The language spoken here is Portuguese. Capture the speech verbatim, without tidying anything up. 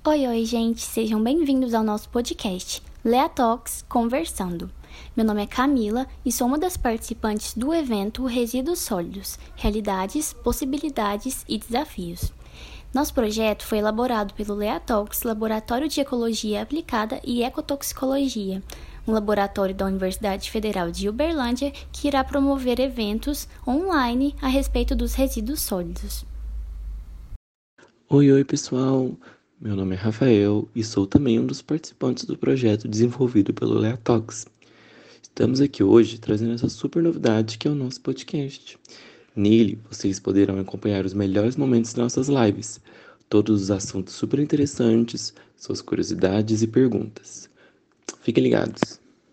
Oi, oi, gente, sejam bem-vindos ao nosso podcast Lea Talks Conversando. Meu nome é Camila e sou uma das participantes do evento Resíduos Sólidos, Realidades, Possibilidades e Desafios. Nosso projeto foi elaborado pelo Lea Talks, Laboratório de Ecologia Aplicada e Ecotoxicologia, um laboratório da Universidade Federal de Uberlândia que irá promover eventos online a respeito dos resíduos sólidos. Oi, oi pessoal, meu nome é Rafael e sou também um dos participantes do projeto desenvolvido pelo Lea Talks. Estamos aqui hoje trazendo essa super novidade que é o nosso podcast. Nele, vocês poderão acompanhar os melhores momentos das nossas lives, todos os assuntos super interessantes, suas curiosidades e perguntas. Fiquem ligados!